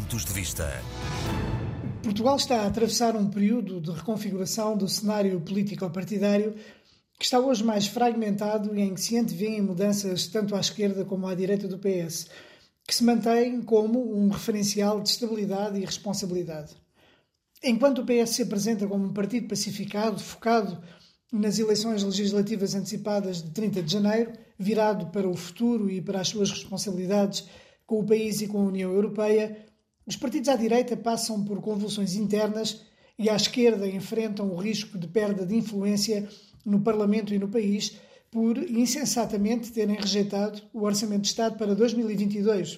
Pontos de Vista. Portugal está a atravessar um período de reconfiguração do cenário político-partidário que está hoje mais fragmentado e em que se antevêem mudanças tanto à esquerda como à direita do PS, que se mantém como um referencial de estabilidade e responsabilidade. Enquanto o PS se apresenta como um partido pacificado, focado nas eleições legislativas antecipadas de 30 de janeiro, virado para o futuro e para as suas responsabilidades com o país e com a União Europeia, os partidos à direita passam por convulsões internas e à esquerda enfrentam o risco de perda de influência no Parlamento e no país por insensatamente terem rejeitado o Orçamento de Estado para 2022,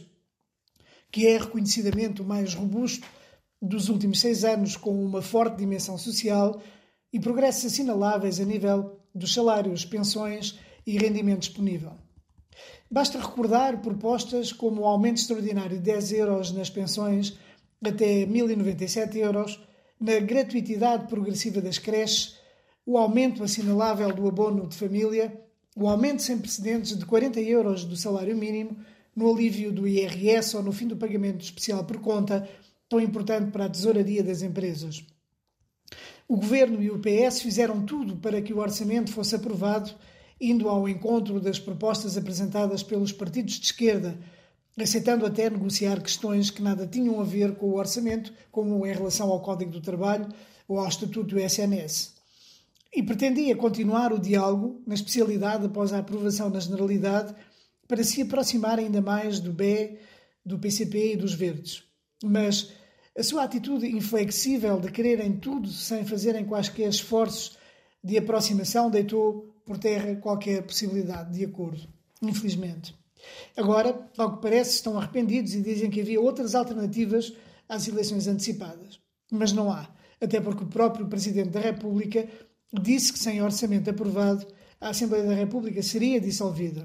que é reconhecidamente o mais robusto dos últimos 6 anos, com uma forte dimensão social e progressos assinaláveis a nível dos salários, pensões e rendimento disponível. Basta recordar propostas como o aumento extraordinário de 10 euros nas pensões até 1.097 euros, na gratuitidade progressiva das creches, o aumento assinalável do abono de família, o aumento sem precedentes de 40 euros do salário mínimo, no alívio do IRS ou no fim do pagamento especial por conta, tão importante para a tesouraria das empresas. O Governo e o PS fizeram tudo para que o orçamento fosse aprovado, indo ao encontro das propostas apresentadas pelos partidos de esquerda, aceitando até negociar questões que nada tinham a ver com o orçamento, como em relação ao Código do Trabalho ou ao Estatuto do SNS. E pretendia continuar o diálogo, na especialidade após a aprovação na generalidade, para se aproximar ainda mais do BE, do PCP e dos Verdes. Mas a sua atitude inflexível de quererem tudo sem fazerem quaisquer esforços de aproximação deitou por terra qualquer possibilidade de acordo, infelizmente. Agora, ao que parece, estão arrependidos e dizem que havia outras alternativas às eleições antecipadas. Mas não há, até porque o próprio Presidente da República disse que sem orçamento aprovado a Assembleia da República seria dissolvida.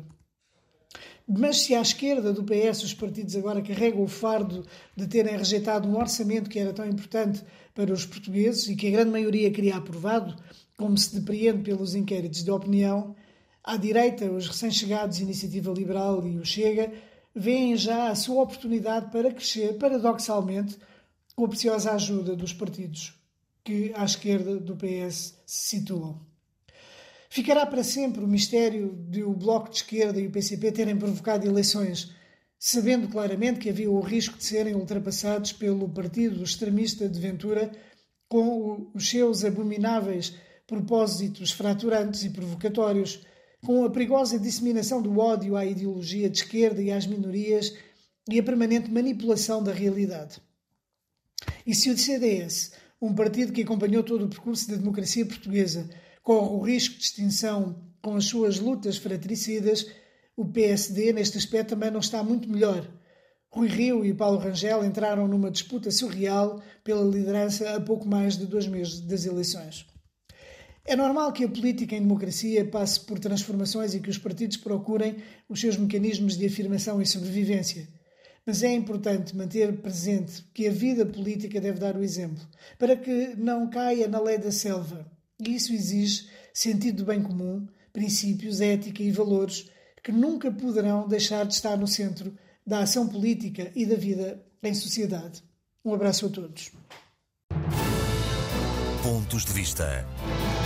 Mas se à esquerda do PS os partidos agora carregam o fardo de terem rejeitado um orçamento que era tão importante para os portugueses e que a grande maioria queria aprovado, como se depreende pelos inquéritos de opinião, à direita os recém-chegados Iniciativa Liberal e o Chega veem já a sua oportunidade para crescer, paradoxalmente, com a preciosa ajuda dos partidos que à esquerda do PS se situam. Ficará para sempre o mistério de o Bloco de Esquerda e o PCP terem provocado eleições, sabendo claramente que havia o risco de serem ultrapassados pelo partido extremista de Ventura com os seus abomináveis propósitos fraturantes e provocatórios, com a perigosa disseminação do ódio à ideologia de esquerda e às minorias e a permanente manipulação da realidade. E se o CDS, um partido que acompanhou todo o percurso da democracia portuguesa, corre o risco de extinção com as suas lutas fratricidas, o PSD neste aspecto também não está muito melhor. Rui Rio e Paulo Rangel entraram numa disputa surreal pela liderança a pouco mais de 2 meses das eleições. É normal que a política em democracia passe por transformações e que os partidos procurem os seus mecanismos de afirmação e sobrevivência. Mas é importante manter presente que a vida política deve dar o exemplo, para que não caia na lei da selva. E isso exige sentido do bem comum, princípios, ética e valores que nunca poderão deixar de estar no centro da ação política e da vida em sociedade. Um abraço a todos. Pontos de Vista.